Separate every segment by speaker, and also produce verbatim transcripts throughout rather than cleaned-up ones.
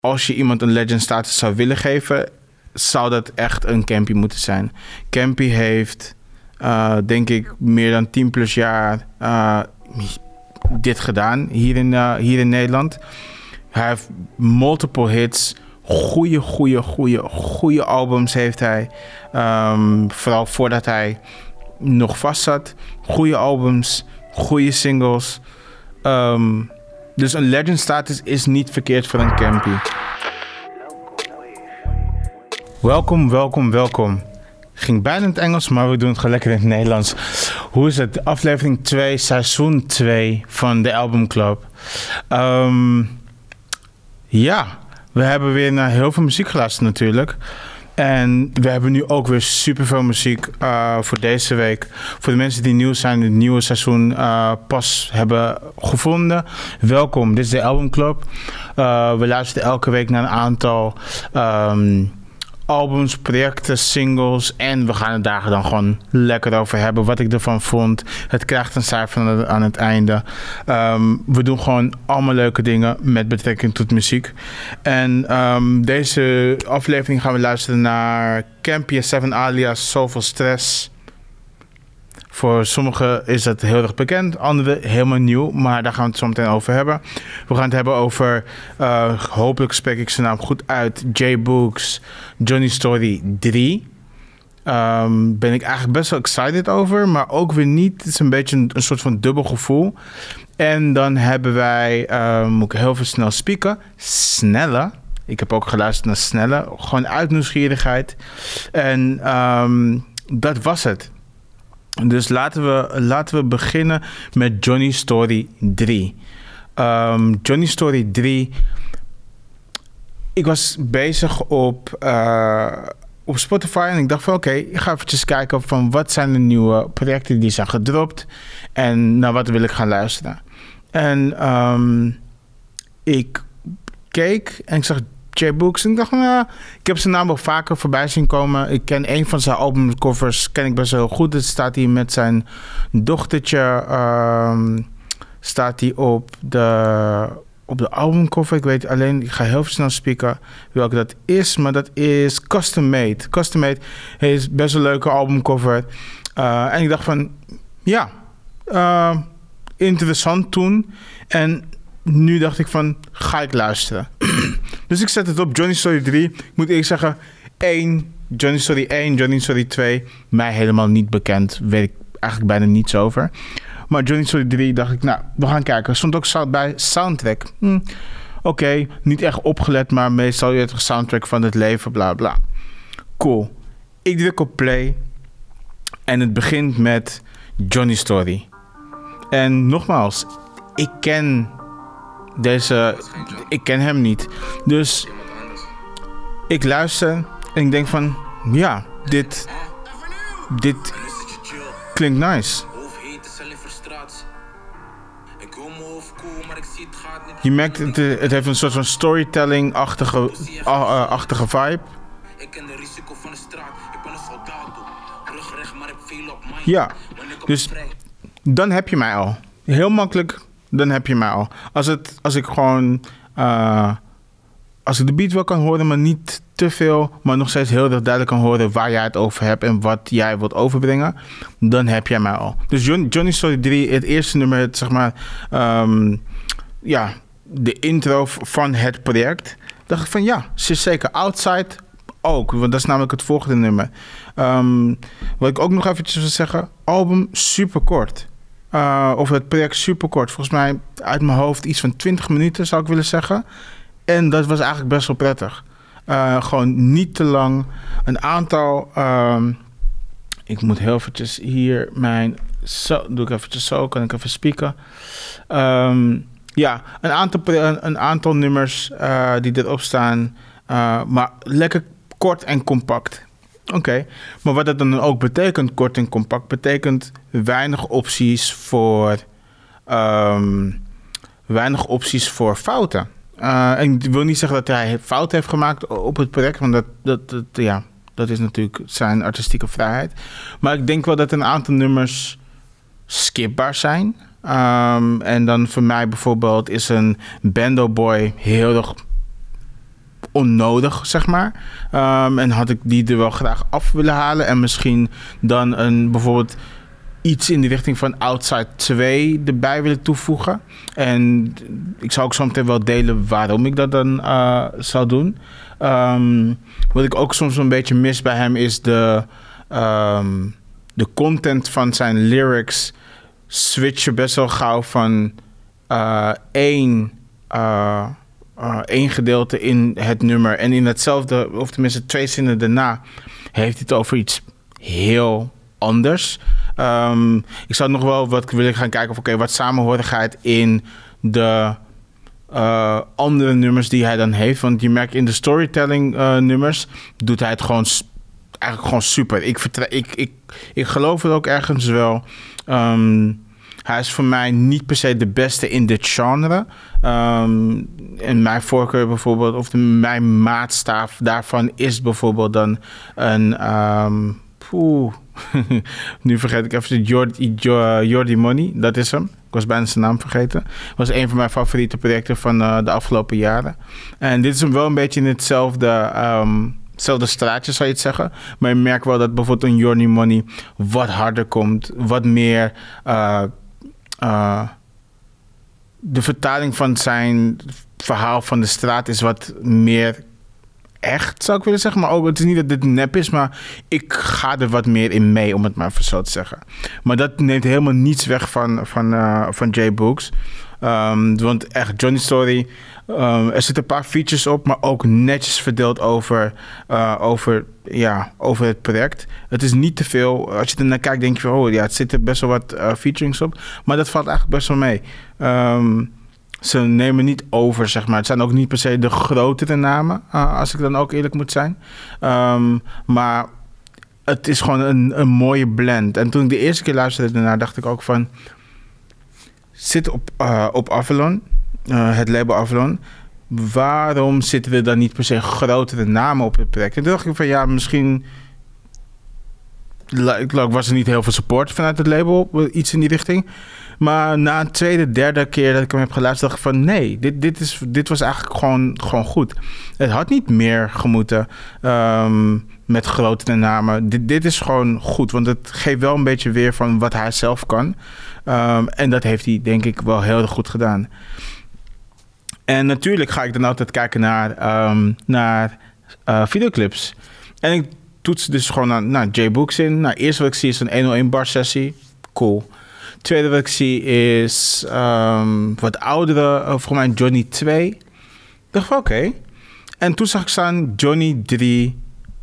Speaker 1: als je iemand een legend status zou willen geven, zou dat echt een Campy moeten zijn. Campy heeft, uh, denk ik, meer dan tien plus jaar uh, dit gedaan hier in, uh, hier in Nederland. Hij heeft multiple hits. Goeie, goeie, goeie, goeie albums heeft hij. Um, vooral voordat hij nog vast zat. Goeie albums, goeie singles. Um, dus een legend status is niet verkeerd voor een Campy. Welkom, welkom, welkom. Ging bijna in het Engels, maar we doen het gewoon lekker in het Nederlands. Hoe is het? Aflevering twee, seizoen twee van de Album Club. Um, ja, we hebben weer naar heel veel muziek geluisterd natuurlijk. En we hebben nu ook weer superveel muziek uh, voor deze week. Voor de mensen die nieuw zijn, het nieuwe seizoen uh, pas hebben gevonden. Welkom, dit is de Album Club. Uh, we luisteren elke week naar een aantal Um, albums, projecten, singles. En we gaan het daar dan gewoon lekker over hebben. Wat ik ervan vond. Het krijgt een cijfer aan het, aan het einde. Um, we doen gewoon allemaal leuke dingen met betrekking tot muziek. En um, deze aflevering gaan we luisteren naar Campy seven alias Soulful Stress. Voor sommigen is dat heel erg bekend, anderen helemaal nieuw, maar daar gaan we het zo meteen over hebben. We gaan het hebben over, uh, hopelijk spreek ik zijn naam goed uit, J-Books Johnny Story drie. Um, ben ik eigenlijk best wel excited over, maar ook weer niet. Het is een beetje een, een soort van dubbel gevoel. En dan hebben wij, uh, moet ik heel veel snel spieken, Snelle. Ik heb ook geluisterd naar Snelle, gewoon uit nieuwsgierigheid. En um, dat was het. Dus laten we, laten we beginnen met Johnny Story drie. Um, Johnny Story drie. Ik was bezig op, uh, op Spotify en ik dacht van oké, okay, ik ga eventjes kijken van wat zijn de nieuwe projecten die zijn gedropt en naar wat wil ik gaan luisteren. En um, ik keek en ik zag J-Books en ik dacht van ja, ik heb zijn naam wel vaker voorbij zien komen. Ik ken een van zijn albumcovers, ken ik best wel goed. Het staat hij met zijn dochtertje, um, staat hij op de, op de albumcover. Ik weet alleen, ik ga heel snel spieken welke dat is, maar dat is Custom Made. Custom Made is best een leuke albumcover. Uh, en ik dacht van ja, uh, interessant toen. En nu dacht ik van, ga ik luisteren. Dus ik zet het op Johnny Story drie. Ik moet eerlijk zeggen, één, Johnny Story één, Johnny Story twee, mij helemaal niet bekend. Weet ik eigenlijk bijna niets over. Maar Johnny Story drie dacht ik, nou, we gaan kijken. Er stond ook sound bij soundtrack. Hm, Oké, okay, niet echt opgelet, maar meestal je het soundtrack van het leven, bla bla. Cool. Ik druk op play. En het begint met Johnny Story. En nogmaals, ik ken deze, ik ken hem niet. Dus ik luister en ik denk van, ja, dit, dit klinkt nice. Je merkt, het, het heeft een soort van storytelling-achtige uh, achtige vibe. Ja, dus dan heb je mij al. Heel makkelijk, dan heb je mij al. Als, het, als ik gewoon, uh, als ik de beat wel kan horen, maar niet te veel, maar nog steeds heel erg duidelijk kan horen waar jij het over hebt en wat jij wilt overbrengen, dan heb jij mij al. Dus John, Johnny Story drie, het eerste nummer, het, zeg maar, um, ja, de intro van het project, dacht ik van ja, ze is zeker. Outside ook, want dat is namelijk het volgende nummer. Um, wat ik ook nog eventjes wil zeggen, album super kort. Uh, of het project super kort. Volgens mij uit mijn hoofd iets van twintig minuten zou ik willen zeggen. En dat was eigenlijk best wel prettig. Uh, gewoon niet te lang. Een aantal. Um, ik moet heel eventjes hier mijn. Zo, doe ik eventjes zo, kan ik even spieken. Um, ja, een aantal, een, een aantal nummers uh, die erop staan. Uh, maar lekker kort en compact. Oké, okay. Maar wat dat dan ook betekent, kort en compact, betekent weinig opties voor, um, weinig opties voor fouten. Uh, en ik wil niet zeggen dat hij fouten heeft gemaakt op het project, want dat, dat, dat, ja, dat is natuurlijk zijn artistieke vrijheid. Maar ik denk wel dat een aantal nummers skipbaar zijn. Um, en dan voor mij bijvoorbeeld is een Bando Boy heel erg onnodig, zeg maar. Um, en had ik die er wel graag af willen halen. En misschien dan een bijvoorbeeld iets in de richting van Outside twee erbij willen toevoegen. En ik zou ook zo meteen wel delen waarom ik dat dan uh, zou doen. Um, wat ik ook soms een beetje mis bij hem is de, um, de content van zijn lyrics switchen best wel gauw van uh, één, uh, uh, één gedeelte in het nummer. En in hetzelfde, of tenminste twee zinnen daarna, heeft hij het over iets heel anders. Um, ik zou nog wel wat willen gaan kijken of oké, okay, wat samenhorigheid in de uh, andere nummers die hij dan heeft. Want je merkt in de storytelling uh, nummers doet hij het gewoon eigenlijk gewoon super. Ik, vertre- ik, ik, ik geloof het ook ergens wel. Um, hij is voor mij niet per se de beste in dit genre. Um, en mijn voorkeur bijvoorbeeld, of de, mijn maatstaaf daarvan is bijvoorbeeld dan een... Um, poeh, nu vergeet ik even Jordi, Jordi Money, dat is hem. Ik was bijna zijn naam vergeten. Was een van mijn favoriete projecten van uh, de afgelopen jaren. En dit is hem wel een beetje in hetzelfde... Um, hetzelfde straatje zou je het zeggen. Maar je merkt wel dat bijvoorbeeld een Jordi Money wat harder komt. Wat meer... Uh, uh, de vertaling van zijn verhaal van de straat is wat meer echt, zou ik willen zeggen. Maar ook, het is niet dat dit nep is, maar ik ga er wat meer in mee, om het maar even zo te zeggen. Maar dat neemt helemaal niets weg van, van, uh, van J Books. Um, want echt, Johnny Story, um, er zitten een paar features op, maar ook netjes verdeeld over, uh, over, ja, over het project. Het is niet te veel. Als je er naar kijkt, denk je van, oh ja, het zitten best wel wat uh, featurings op. Maar dat valt eigenlijk best wel mee. Um, Ze nemen niet over, zeg maar. Het zijn ook niet per se de grotere namen, uh, als ik dan ook eerlijk moet zijn. Um, maar het is gewoon een, een mooie blend. En toen ik de eerste keer luisterde daarna, dacht ik ook van... Zit op, uh, op Avalon, uh, het label Avalon. Waarom zitten er dan niet per se grotere namen op het project? En toen dacht ik van, ja, misschien... was er niet heel veel support vanuit het label, iets in die richting. Maar na een tweede, derde keer dat ik hem heb geluisterd, dacht ik van nee, dit, dit, is, dit was eigenlijk gewoon, gewoon goed. Het had niet meer gemoeten um, met grotere namen. Dit, dit is gewoon goed, want het geeft wel een beetje weer van wat hij zelf kan. Um, en dat heeft hij denk ik wel heel erg goed gedaan. En natuurlijk ga ik dan altijd kijken naar, um, naar uh, videoclips. En ik toets dus gewoon naar, naar J Books in. Nou, eerst wat ik zie is een honderdéén bar sessie. Cool. Tweede wat ik zie is um, wat oudere, uh, voor mij Johnny twee. Ik dacht van oké. Okay. En toen zag ik staan Johnny drie.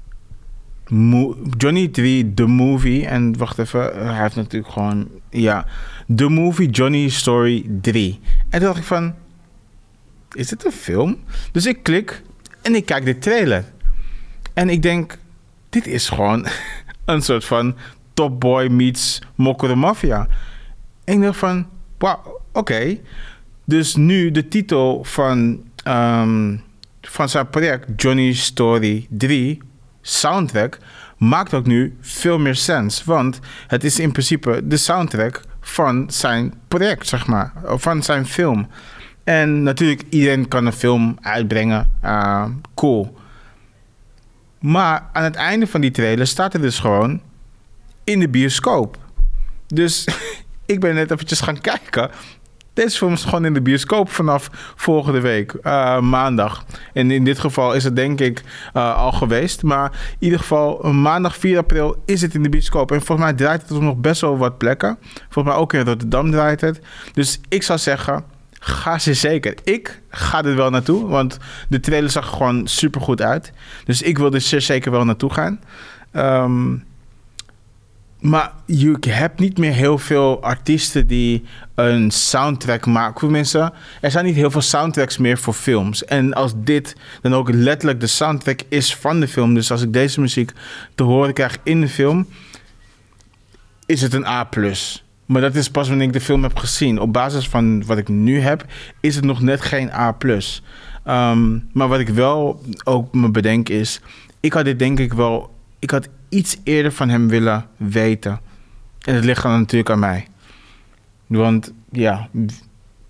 Speaker 1: Mo- Johnny drie, The Movie. En wacht even, uh, hij heeft natuurlijk gewoon... Ja, The Movie Johnny Story drie. En toen dacht ik van... Is dit een film? Dus ik klik en ik kijk de trailer. En ik denk... Dit is gewoon een soort van Top Boy meets Mokko de Mafia. En ik dacht van, wauw, oké. Okay. Dus nu de titel van, um, van zijn project, Johnny Story drie, soundtrack, maakt ook nu veel meer sens. Want het is in principe de soundtrack van zijn project, zeg maar. Van zijn film. En natuurlijk, iedereen kan een film uitbrengen. Uh, cool. Maar aan het einde van die trailer staat er dus gewoon in de bioscoop. Dus ik ben net eventjes gaan kijken. Deze film is gewoon in de bioscoop vanaf volgende week, uh, maandag. En in dit geval is het denk ik uh, al geweest. Maar in ieder geval, maandag vier april is het in de bioscoop. En volgens mij draait het op nog best wel wat plekken. Volgens mij ook in Rotterdam draait het. Dus ik zou zeggen, ga ze zeker. Ik ga er wel naartoe, want de trailer zag er gewoon supergoed uit. Dus ik wil er zeker wel naartoe gaan. Um, maar je hebt niet meer heel veel artiesten die een soundtrack maken. Tenminste, er zijn niet heel veel soundtracks meer voor films. En als dit dan ook letterlijk de soundtrack is van de film, dus als ik deze muziek te horen krijg in de film, is het een A plus. Maar dat is pas wanneer ik de film heb gezien. Op basis van wat ik nu heb, is het nog net geen A plus. Um, maar wat ik wel ook me bedenk is, ik had dit denk ik wel, ik had iets eerder van hem willen weten. En het ligt dan natuurlijk aan mij. Want ja,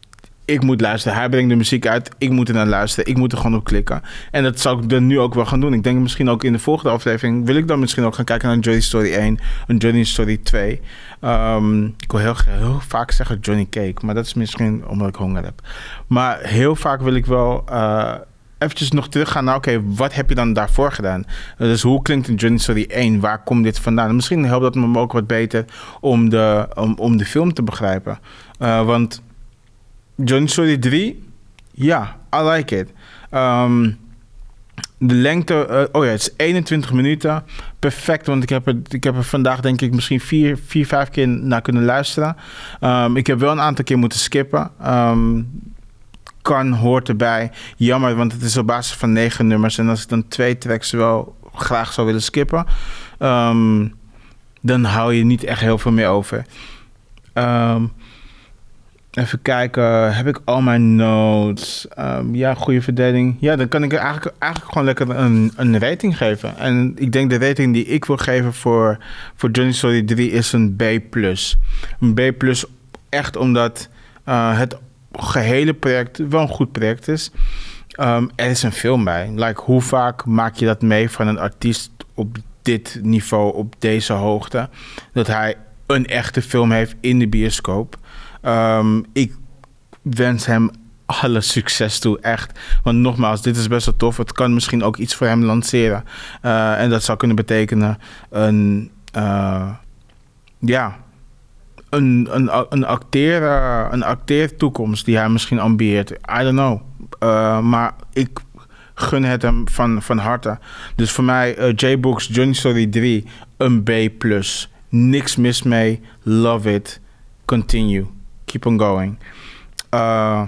Speaker 1: ik moet luisteren. Hij brengt de muziek uit. Ik moet er naar luisteren. Ik moet er gewoon op klikken. En dat zou ik dan nu ook wel gaan doen. Ik denk misschien ook in de volgende aflevering... wil ik dan misschien ook gaan kijken naar een Johnny Story één. Een Johnny Story twee. Um, ik wil heel, heel vaak zeggen Johnny Cake. Maar dat is misschien omdat ik honger heb. Maar heel vaak wil ik wel... Uh, eventjes nog teruggaan naar... oké, okay, wat heb je dan daarvoor gedaan? Dus hoe klinkt een Johnny Story één? Waar komt dit vandaan? Misschien helpt dat me ook wat beter... om de, om, om de film te begrijpen. Uh, want... Johnny Story drie, ja, I like it. Um, de lengte, uh, oh ja, het is eenentwintig minuten. Perfect, want ik heb, het, ik heb er vandaag denk ik misschien vier, vier, vijf keer naar kunnen luisteren. Um, ik heb wel een aantal keer moeten skippen. Um, kan, hoort erbij. Jammer, want het is op basis van negen nummers. En als ik dan twee tracks wel graag zou willen skippen... Um, dan hou je niet echt heel veel meer over. Um, Even kijken, heb ik al mijn notes? Um, ja, goede verdeling. Ja, dan kan ik er eigenlijk, eigenlijk gewoon lekker een, een rating geven. En ik denk de rating die ik wil geven voor, voor Johnny Story drie is een B plus. Een B plus echt omdat uh, het gehele project wel een goed project is. Um, er is een film bij. Like, hoe vaak maak je dat mee van een artiest op dit niveau, op deze hoogte? Dat hij een echte film heeft in de bioscoop. Um, ik wens hem alle succes toe, echt. Want nogmaals, dit is best wel tof. Het kan misschien ook iets voor hem lanceren. Uh, en dat zou kunnen betekenen een... Uh, ja... Een, een, een, acteer, uh, een acteertoekomst die hij misschien ambieert. I don't know. Uh, maar ik gun het hem van, van harte. Dus voor mij, uh, J-Books, Johnny Story drie, een B plus. Niks mis mee. Love it. Continue. Keep on going. Uh,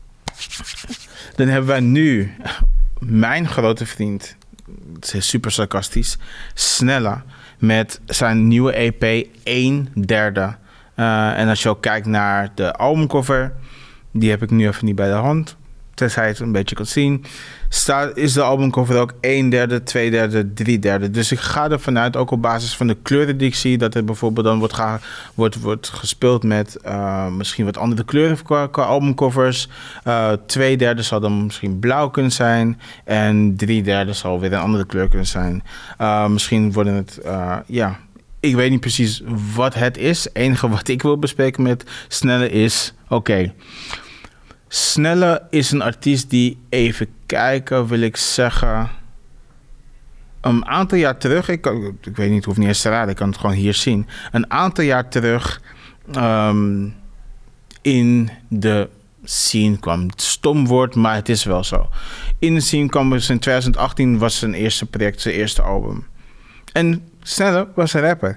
Speaker 1: dan hebben wij nu mijn grote vriend. Het is super sarcastisch. Snelle. Met zijn nieuwe E P een derde. Uh, en als je ook kijkt naar de albumcover. Die heb ik nu even niet bij de hand. Tenzij je het een beetje kan zien. Staat, is de albumcover ook een derde, twee derde, drie derde. Dus ik ga ervan uit, ook op basis van de kleuren die ik zie, dat het bijvoorbeeld dan wordt, ga, wordt, wordt gespeeld met uh, misschien wat andere kleuren qua, qua albumcovers. Uh, twee derde zal dan misschien blauw kunnen zijn. En drie derde zal weer een andere kleur kunnen zijn. Uh, misschien worden het, uh, ja... Ik weet niet precies wat het is. Het enige wat ik wil bespreken met Snelle is... Oké, okay. Snelle is een artiest die, even kijken, wil ik zeggen... Een aantal jaar terug... Ik, kan, ik weet niet, het hoeft niet eens te raden. Ik kan het gewoon hier zien. Een aantal jaar terug... Um, in de scene kwam. Stom woord, maar het is wel zo. In de scene kwam dus in twintig achttien... was zijn eerste project, zijn eerste album. En... Snelle was een rapper.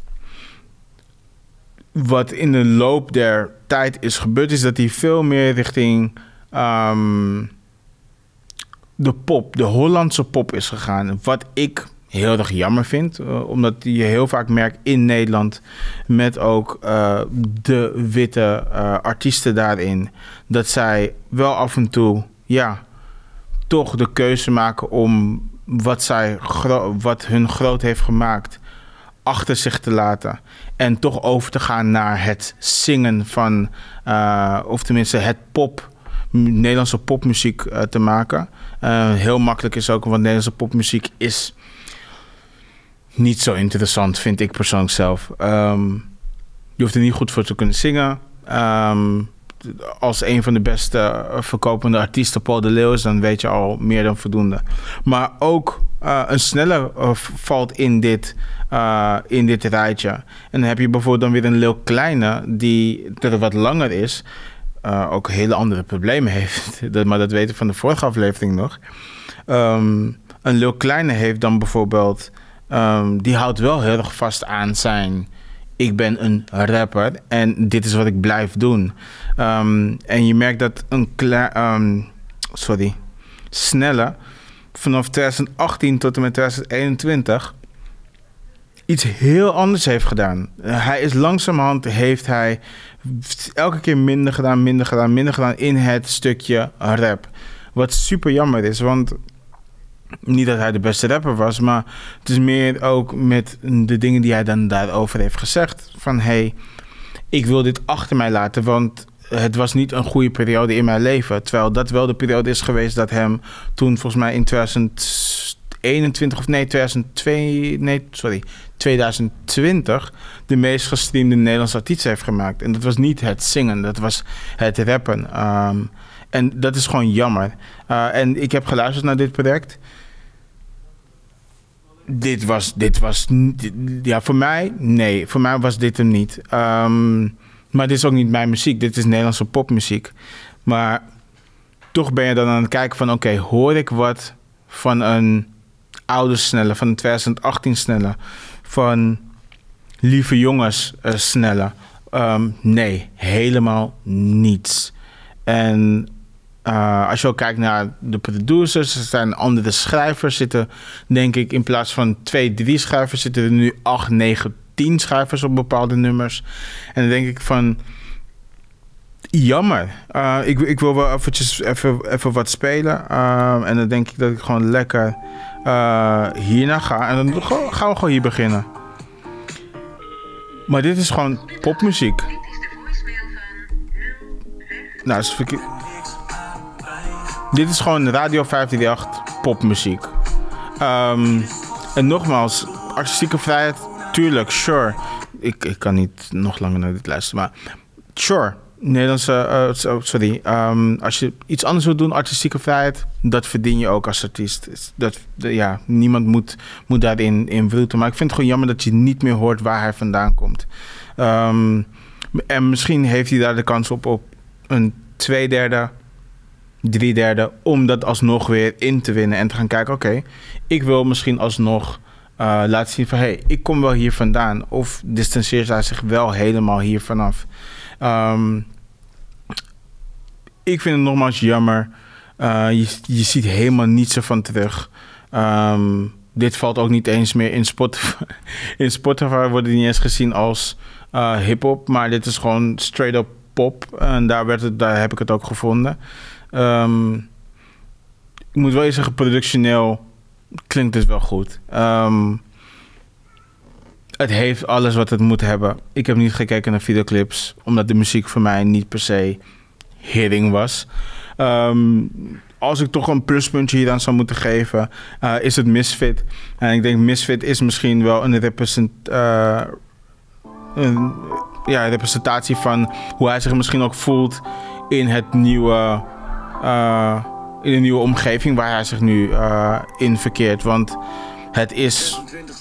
Speaker 1: Wat in de loop der tijd is gebeurd, is dat hij veel meer richting um, de pop, de Hollandse pop is gegaan. Wat ik heel erg jammer vind, uh, omdat je heel vaak merkt in Nederland met ook uh, de witte uh, artiesten daarin, dat zij wel af en toe, ja, toch de keuze maken om wat, zij gro- wat hun groot heeft gemaakt achter zich te laten. En toch over te gaan naar het zingen van... Uh, of tenminste het pop... Nederlandse popmuziek uh, te maken. Uh, heel makkelijk is ook, want Nederlandse popmuziek is... niet zo interessant, vind ik persoonlijk zelf. Um, je hoeft er niet goed voor te kunnen zingen. Um, als een van de beste verkopende artiesten Paul de Leeuw is, dan weet je al meer dan voldoende. Maar ook uh, een Snelle uh, valt in dit, uh, in dit rijtje. En dan heb je bijvoorbeeld dan weer een Leeuw Kleine die er wat langer is. Uh, ook hele andere problemen heeft. dat, maar dat weten we van de vorige aflevering nog. Um, een Leeuw Kleine heeft dan bijvoorbeeld... Um, die houdt wel heel erg vast aan zijn... Ik ben een rapper en dit is wat ik blijf doen. Um, en je merkt dat een kle- um, sorry, Snelle vanaf twintig achttien tot en met twintig eenentwintig iets heel anders heeft gedaan. Uh, hij is langzamerhand, heeft hij elke keer minder gedaan, minder gedaan, minder gedaan in het stukje rap. Wat super jammer is, want... Niet dat hij de beste rapper was, maar het is meer ook met de dingen die hij dan daarover heeft gezegd. Van, hey, ik wil dit achter mij laten, want het was niet een goede periode in mijn leven. Terwijl dat wel de periode is geweest dat hem toen volgens mij in twintig eenentwintig of nee, tweeduizend twee, nee, sorry, tweeduizend twintig de meest gestreamde Nederlandse artiest heeft gemaakt. En dat was niet het zingen, dat was het rappen. Um, en dat is gewoon jammer. Uh, en ik heb geluisterd naar dit project. Dit was, dit was, ja, voor mij, nee, voor mij was dit hem niet. Um, maar dit is ook niet mijn muziek, dit is Nederlandse popmuziek. Maar toch ben je dan aan het kijken van, oké, okay, hoor ik wat van een oude snelle, van een twintig achttien snelle, van lieve jongens uh, snelle? Um, nee, helemaal niets. En Uh, als je ook kijkt naar de producers, er zijn andere schrijvers zitten, denk ik, in plaats van twee, drie schrijvers zitten er nu acht, negen, tien schrijvers op bepaalde nummers. En dan denk ik van, jammer. Uh, ik, ik wil wel eventjes even, even wat spelen. Uh, en dan denk ik dat ik gewoon lekker uh, hierna ga. En dan gaan we gewoon hier beginnen. Maar dit is gewoon popmuziek. Nou, dat is verkeerd. Dit is gewoon Radio vijf drie acht popmuziek. Um, en nogmaals, artistieke vrijheid, tuurlijk, sure. Ik, ik kan niet nog langer naar dit luisteren, maar sure. Nederlandse, uh, sorry. Um, als je iets anders wilt doen, artistieke vrijheid, dat verdien je ook als artiest. Dat, ja, niemand moet, moet daarin in wroeten. Maar ik vind het gewoon jammer dat je niet meer hoort waar hij vandaan komt. Um, en misschien heeft hij daar de kans op op een twee derde, drie derde, om dat alsnog weer in te winnen en te gaan kijken, oké, okay, ik wil misschien alsnog uh, laten zien van, hé, hey, ik kom wel hier vandaan. Of distancieert hij zich wel helemaal hier vanaf. Um, ik vind het nogmaals jammer. Uh, je, je ziet helemaal niets ervan terug. Um, dit valt ook niet eens meer in Spotify. In Spotify wordt het niet eens gezien als uh, hip-hop, maar dit is gewoon straight-up pop. En daar, werd het, daar heb ik het ook gevonden. Um, ik moet wel eens zeggen, productioneel klinkt het wel goed. Um, het heeft alles wat het moet hebben. Ik heb niet gekeken naar videoclips, omdat de muziek voor mij niet per se hitting was. Um, als ik toch een pluspuntje hieraan zou moeten geven, uh, is het Misfit. En ik denk Misfit is misschien wel een, represent, uh, een ja, representatie van hoe hij zich misschien ook voelt in het nieuwe, uh, in de nieuwe omgeving waar hij zich nu uh, in verkeert. Want het is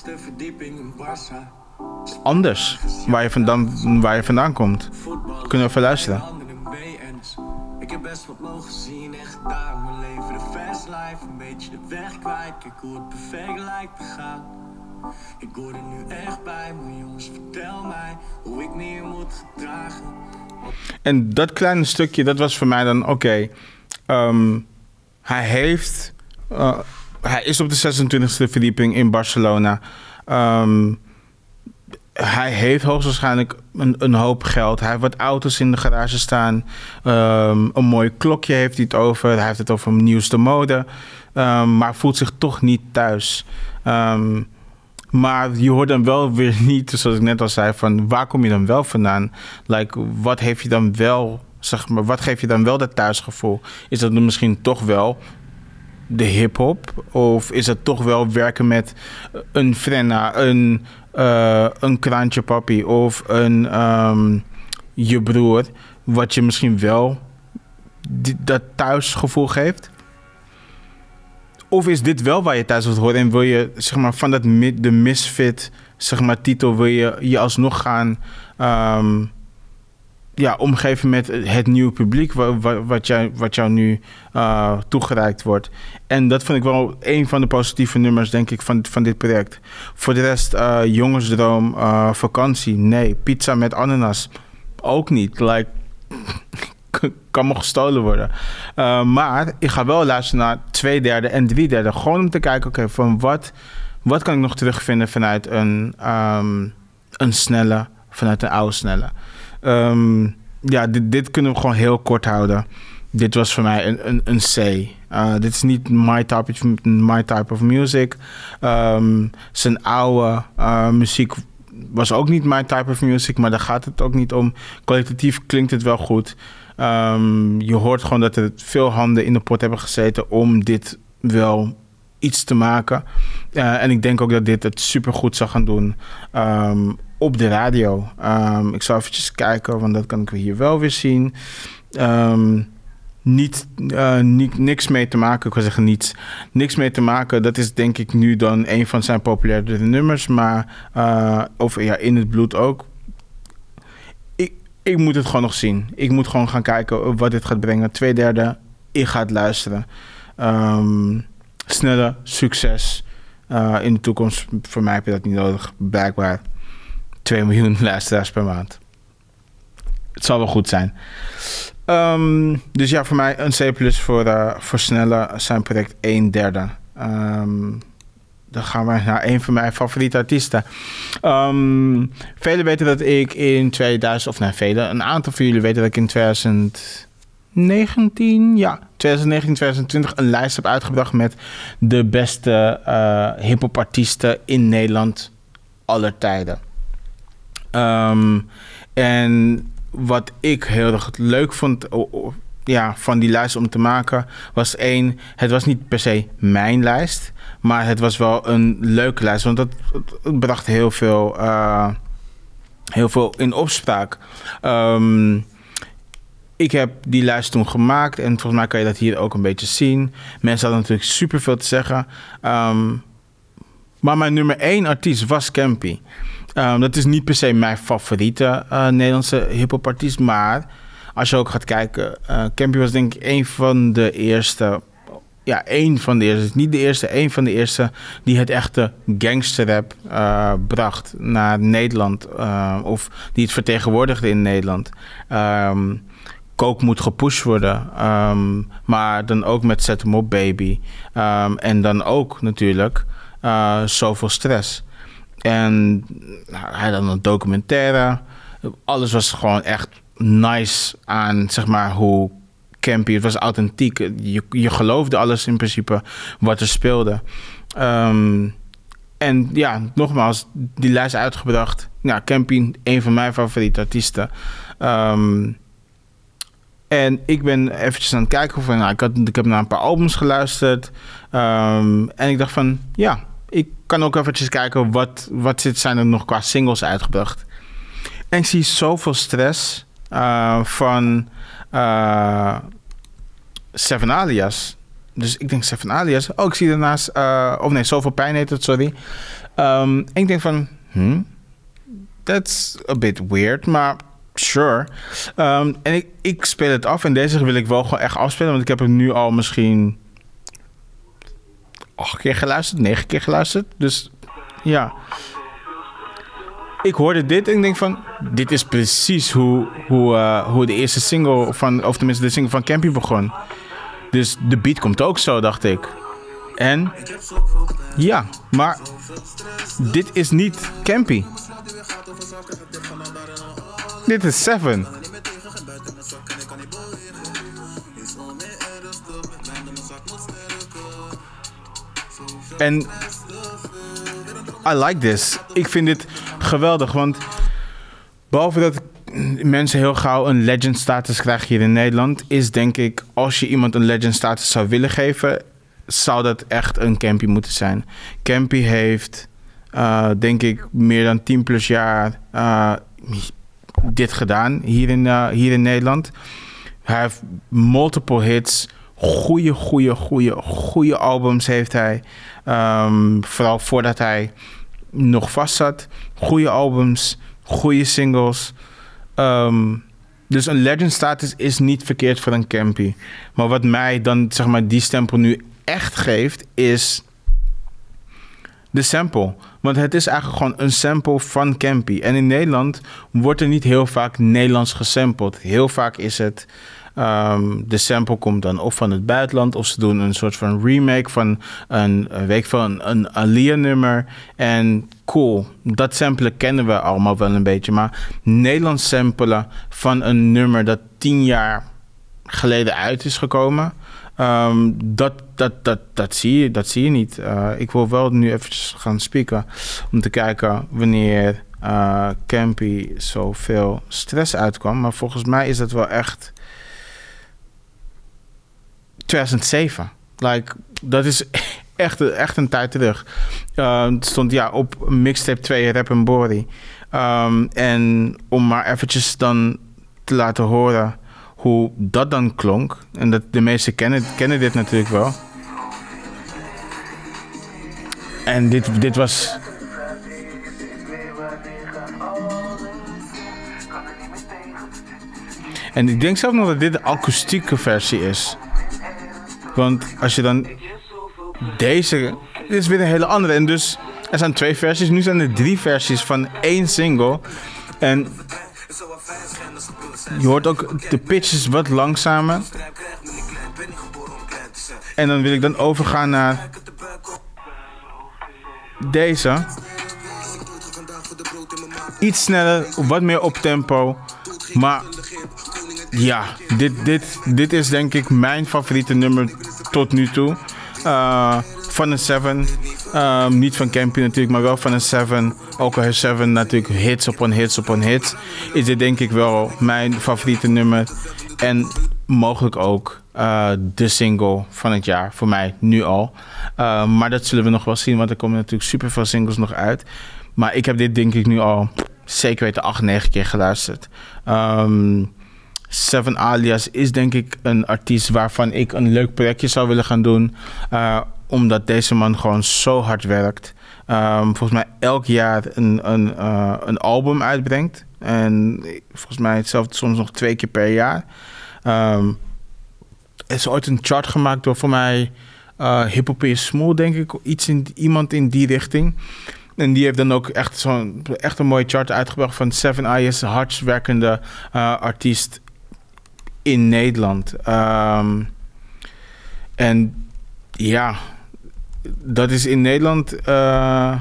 Speaker 1: anders waar je vandaan, waar je vandaan komt. Kunnen we even luisteren? Ik heb best wat mogen zien en gedaan. Mijn leven de fast life, een beetje de weg kwijt. Kijk hoe het perfect lijkt te gaan. Ik hoor er nu echt bij, maar jongens, vertel mij hoe ik me hier moet gedragen. En dat kleine stukje, dat was voor mij dan, oké, okay, um, hij heeft, uh, hij is op de zesentwintigste verdieping in Barcelona. Um, hij heeft hoogstwaarschijnlijk een, een hoop geld. Hij heeft wat auto's in de garage staan. Um, een mooi klokje heeft hij het over. Hij heeft het over nieuwste mode. Um, maar voelt zich toch niet thuis. Um, maar je hoort dan wel weer niet, zoals ik net al zei, van waar kom je dan wel vandaan? Like, wat heeft je dan wel, zeg maar, wat geeft je dan wel dat thuisgevoel? Is dat dan misschien toch wel de hip-hop? Of is het toch wel werken met een Frenna, een, uh, een Kraantje Papi of een um, je broer, wat je misschien wel die, dat thuisgevoel geeft? Of is dit wel waar je thuis wilt horen en wil je, zeg maar, van dat de Misfit, zeg maar, titel, wil je je alsnog gaan um, ja, omgeven met het nieuwe publiek wat, wat, jou, wat jou nu uh, toegereikt wordt. En dat vind ik wel een van de positieve nummers, denk ik, van, van dit project. Voor de rest, uh, jongensdroom, uh, vakantie, nee. Pizza met ananas, ook niet. Like, kan me gestolen worden. Uh, maar ik ga wel luisteren naar twee derde en drie derde. Gewoon om te kijken, oké, okay, van wat, wat kan ik nog terugvinden vanuit een, um, een snelle, vanuit een oude snelle. Um, ja, dit, dit kunnen we gewoon heel kort houden. Dit was voor mij een, een, een C. Uh, dit is niet my type of, my type of music. Um, zijn oude uh, muziek was ook niet mijn type of music, maar daar gaat het ook niet om. Kwalitatief klinkt het wel goed. Um, je hoort gewoon dat er veel handen in de pot hebben gezeten om dit wel iets te maken. Uh, en ik denk ook dat dit het supergoed zou gaan doen um, op de radio. Um, ik zal eventjes kijken, want dat kan ik hier wel weer zien. Um, niet, uh, niet, niks mee te maken, ik wil zeggen niets. Niks mee te maken, dat is denk ik nu dan een van zijn populairdere nummers. Maar, uh, of ja, In het Bloed ook. Ik, ik moet het gewoon nog zien. Ik moet gewoon gaan kijken wat dit gaat brengen. Twee derde, ik ga het luisteren. Um, Snelle succes. Uh, in de toekomst, voor mij heb je dat niet nodig. Blijkbaar twee miljoen luisteraars per maand. Het zal wel goed zijn. Um, dus ja, voor mij een C plus voor, uh, voor Snelle, zijn project een derde. Um, dan gaan we naar een van mijn favoriete artiesten. Um, velen weten dat ik in tweeduizend... Of nee, velen. Een aantal van jullie weten dat ik in twintig negentien... Ja, twintig negentien, twintig twintig een lijst heb uitgebracht met de beste uh, hip-hop artiesten in Nederland aller tijden. Um, en wat ik heel erg leuk vond oh, oh, ja, van die lijst om te maken, was één, het was niet per se mijn lijst, maar het was wel een leuke lijst, want dat het bracht heel veel, uh, heel veel in opspraak. Um, ik heb die lijst toen gemaakt en volgens mij kan je dat hier ook een beetje zien. Mensen hadden natuurlijk superveel te zeggen. Um, maar mijn nummer één artiest was Campy. Um, dat is niet per se mijn favoriete uh, Nederlandse hip-hop artiest, maar als je ook gaat kijken, uh, Campy was denk ik een van de eerste, ja, één van de eerste, niet de eerste, één van de eerste die het echte gangsterrap uh, bracht naar Nederland, uh, of die het vertegenwoordigde in Nederland. Um, Coke moet gepusht worden, um, maar dan ook met Zet hem op baby. Um, en dan ook natuurlijk uh, Zoveel Stress. En nou, hij had een documentaire. Alles was gewoon echt nice aan, zeg maar, hoe Campy. Het was authentiek. Je, je geloofde alles in principe wat er speelde. Um, en ja, nogmaals, die lijst uitgebracht. Ja, Campy, een van mijn favoriete artiesten. Um, en ik ben eventjes aan het kijken van, nou, ik, had, ik heb naar een paar albums geluisterd. Um, en ik dacht van, ja, ik kan ook eventjes kijken wat, wat zit, zijn er nog qua singles uitgebracht. En ik zie Zoveel Stress uh, van uh, Seven Alias. Dus ik denk Seven Alias. Oh, ik zie daarnaast... Uh, of nee, Zoveel Pijn heet het, sorry. Um, en ik denk van... Hmm, that's a bit weird, maar sure. Um, en ik, ik speel het af. En deze wil ik wel gewoon echt afspelen. Want ik heb hem nu al misschien... acht keer geluisterd, negen keer geluisterd. Dus ja. Ik hoorde dit en ik denk van... Dit is precies hoe, hoe, uh, hoe de eerste single van... Of tenminste de single van Campy begon. Dus de beat komt ook zo, dacht ik. En... Ja, maar... Dit is niet Campy. Dit is Seven. En I like this. Ik vind dit geweldig, want behalve dat mensen heel gauw een legend status krijgen hier in Nederland, is denk ik, als je iemand een legend status zou willen geven, zou dat echt een Campy moeten zijn. Campy heeft, uh, denk ik, meer dan tien plus jaar uh, dit gedaan hier in, uh, hier in Nederland. Hij heeft multiple hits. Goeie, goeie, goeie, goeie albums heeft hij. Um, vooral voordat hij nog vast zat. Goeie albums, goeie singles. Um, dus een legend status is niet verkeerd voor een Campy. Maar wat mij dan, zeg maar, die stempel nu echt geeft, is de sample. Want het is eigenlijk gewoon een sample van Campy. En in Nederland wordt er niet heel vaak Nederlands gesampled. Heel vaak is het... Um, de sample komt dan of van het buitenland, of ze doen een soort van remake van een, weet ik veel, een, een Aaliyah-nummer. En cool, dat samplen kennen we allemaal wel een beetje. Maar Nederlands samplen van een nummer dat tien jaar geleden uit is gekomen, um, dat, dat, dat, dat, zie je, dat zie je niet. Uh, ik wil wel nu even gaan spieken om te kijken wanneer uh, Campy zoveel stress uitkwam. Maar volgens mij is dat wel echt tweeduizend zeven. Like, dat is echt, echt een tijd terug. Uh, het stond ja, op mixtape twee Rap en Bori. Um, en om maar eventjes dan te laten horen hoe dat dan klonk. En dat de meesten kennen, kennen dit natuurlijk wel. En dit, dit was... En ik denk zelf nog dat dit de akoestieke versie is. Want als je dan deze... Dit is weer een hele andere. En dus er zijn twee versies. Nu zijn er drie versies van één single. En je hoort ook de pitches wat langzamer. En dan wil ik dan overgaan naar deze. Iets sneller, wat meer op tempo. Maar ja, dit, dit, dit is denk ik mijn favoriete nummer tot nu toe. Uh, van een Seven. Uh, niet van Campy natuurlijk, maar wel van een Seven. Ook al heeft Seven natuurlijk hits op een hits op een hits. Is dit denk ik wel mijn favoriete nummer. En mogelijk ook uh, de single van het jaar. Voor mij nu al. Uh, maar dat zullen we nog wel zien, want er komen natuurlijk super veel singles nog uit. Maar ik heb dit denk ik nu al zeker weten acht, negen keer geluisterd. Um, Seven Alias is denk ik een artiest waarvan ik een leuk projectje zou willen gaan doen. Uh, omdat deze man gewoon zo hard werkt. Um, volgens mij elk jaar een, een, uh, een album uitbrengt. En volgens mij hetzelfde soms nog twee keer per jaar. Um, er is ooit een chart gemaakt door voor mij uh, Hip Hop is Small, denk ik. Iets in, iemand in die richting. En die heeft dan ook echt, zo'n, echt een mooie chart uitgebracht van Seven Alias, hardst werkende uh, artiest in Nederland. Um, en ja, dat is in Nederland uh,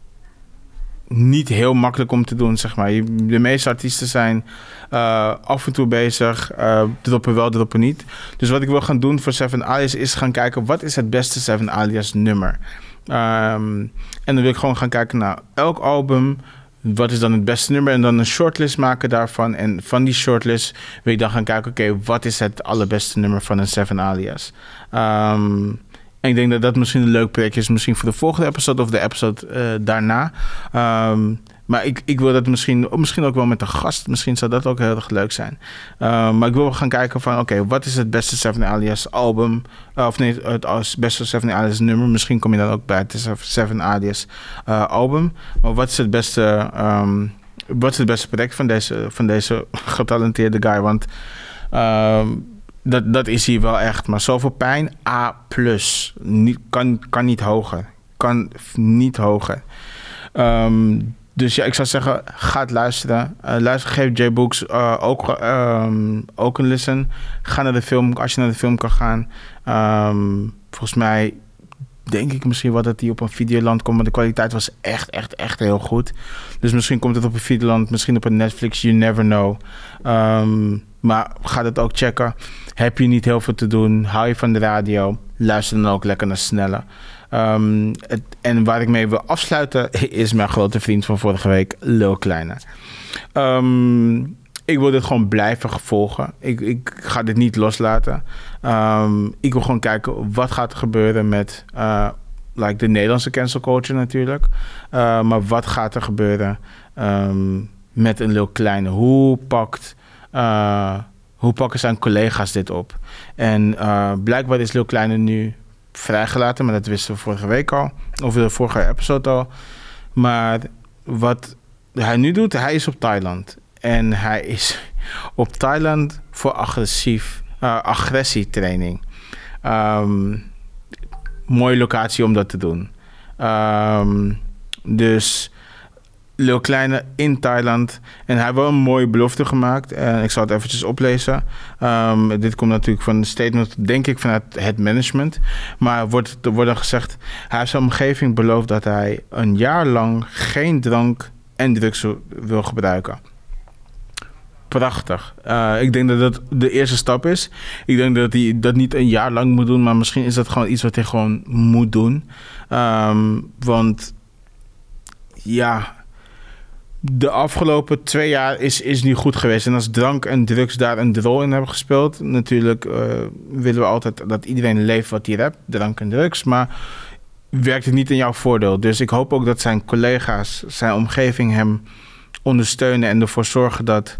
Speaker 1: niet heel makkelijk om te doen, zeg maar. De meeste artiesten zijn uh, af en toe bezig, uh, droppen wel, droppen niet. Dus wat ik wil gaan doen voor Seven Alias is gaan kijken, wat is het beste Seven Alias nummer? Um, en dan wil ik gewoon gaan kijken naar elk album. Wat is dan het beste nummer? En dan een shortlist maken daarvan. En van die shortlist wil ik dan gaan kijken, oké, okay, wat is het allerbeste nummer van een Seven Alias? Um, en ik denk dat dat misschien een leuk projectje is. Misschien voor de volgende episode of de episode uh, daarna. Um, maar ik, ik wil dat misschien, misschien ook wel met een gast. Misschien zou dat ook heel erg leuk zijn. Uh, maar ik wil gaan kijken van, oké, okay, wat is het beste Seven Alias album? Uh, of nee, het beste Seven Alias nummer. Misschien kom je dan ook bij het Seven Alias uh, album. Maar wat is het beste, um, wat is het beste project van deze, van deze getalenteerde guy? Want um, dat, dat is hier wel echt. Maar zoveel pijn, A plus. Niet, kan, kan niet hoger. Kan niet hoger. Um, Dus ja, ik zou zeggen, ga het luisteren. Uh, luister, geef J-Books uh, ook, um, ook een listen. Ga naar de film, als je naar de film kan gaan. Um, volgens mij denk ik misschien wel dat die op een Videoland komt. Maar de kwaliteit was echt, echt, echt heel goed. Dus misschien komt het op een Videoland, misschien op een Netflix. You never know. Um, maar ga dat ook checken. Heb je niet heel veel te doen, hou je van de radio. Luister dan ook lekker naar Snelle. Um, het, en waar ik mee wil afsluiten is mijn grote vriend van vorige week, Lil Kleine. Um, ik wil dit gewoon blijven volgen. Ik, ik ga dit niet loslaten. Um, ik wil gewoon kijken wat gaat er gebeuren met uh, like de Nederlandse cancel culture natuurlijk. Uh, maar wat gaat er gebeuren um, met een Lil Kleine? Hoe pakt... Uh, hoe pakken zijn collega's dit op? En uh, blijkbaar is Lil Kleine nu vrijgelaten, maar dat wisten we vorige week al. Of de vorige episode al. Maar wat hij nu doet, hij is op Thailand. En hij is op Thailand voor agressief, uh, agressietraining. Um, mooie locatie om dat te doen. Um, dus Lil Kleine in Thailand. En hij heeft wel een mooie belofte gemaakt. En ik zal het eventjes oplezen. Um, dit komt natuurlijk van een statement, denk ik, vanuit het management. Maar wordt, er wordt dan gezegd, hij heeft zijn omgeving beloofd dat hij een jaar lang geen drank en drugs wil gebruiken. Prachtig. Uh, ik denk dat dat de eerste stap is. Ik denk dat hij dat niet een jaar lang moet doen, maar misschien is dat gewoon iets wat hij gewoon moet doen. Um, want ja... de afgelopen twee jaar is, is niet goed geweest. En als drank en drugs daar een rol in hebben gespeeld... natuurlijk uh, willen we altijd dat iedereen leeft wat hij hebt, drank en drugs... maar werkt het niet in jouw voordeel. Dus ik hoop ook dat zijn collega's, zijn omgeving hem ondersteunen... en ervoor zorgen dat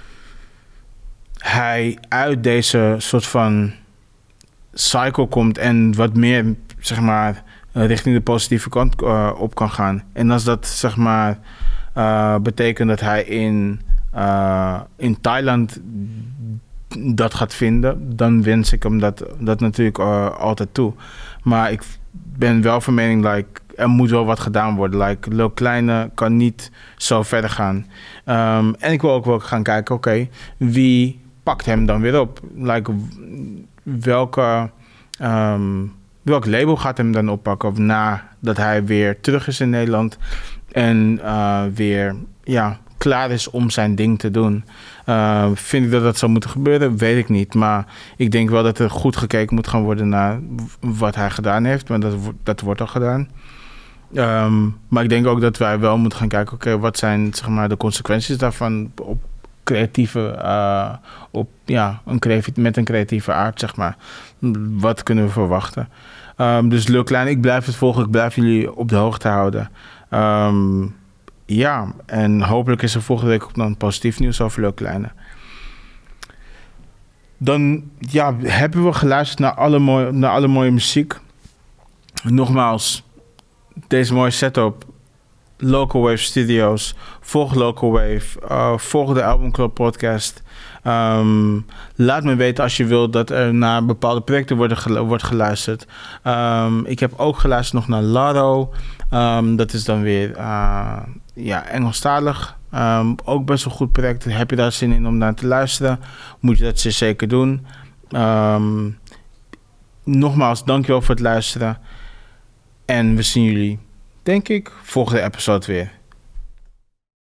Speaker 1: hij uit deze soort van cycle komt... en wat meer, zeg maar, richting de positieve kant uh, op kan gaan. En als dat, zeg maar... Uh, betekent dat hij in, uh, in Thailand dat gaat vinden... dan wens ik hem dat, dat natuurlijk uh, altijd toe. Maar ik ben wel van mening, like, er moet wel wat gedaan worden. Like, Lil Kleine kan niet zo verder gaan. Um, en ik wil ook wel gaan kijken, oké, okay, wie pakt hem dan weer op? Like, welke, um, welk label gaat hem dan oppakken? Of nadat hij weer terug is in Nederland... En uh, weer ja, klaar is om zijn ding te doen. Uh, vind ik dat dat zou moeten gebeuren? Weet ik niet. Maar ik denk wel dat er goed gekeken moet gaan worden naar wat hij gedaan heeft. Maar dat, dat wordt al gedaan. Um, maar ik denk ook dat wij wel moeten gaan kijken... oké, okay, wat zijn, zeg maar, de consequenties daarvan op creatieve... Uh, op, ja, een creatieve, met een creatieve aard, zeg maar. Wat kunnen we verwachten? Um, dus Lil Kleine, ik blijf het volgen. Ik blijf jullie op de hoogte houden. Um, ja, en hopelijk is er volgende week ook dan positief nieuws over Lil Kleine. Dan ja, hebben we geluisterd naar alle, mooie, naar alle mooie muziek. Nogmaals, deze mooie setup. Local Wave Studios. Volg Local Wave. Uh, volg de Album Club podcast. Um, laat me weten als je wilt dat er naar bepaalde projecten worden gelu- wordt geluisterd. Um, ik heb ook geluisterd nog naar Laro. Um, dat is dan weer uh, ja, Engelstalig. Um, ook best wel een goed project. Heb je daar zin in om naar te luisteren? Moet je dat zeker doen. Um, nogmaals, dankjewel voor het luisteren. En we zien jullie, denk ik, volgende episode weer.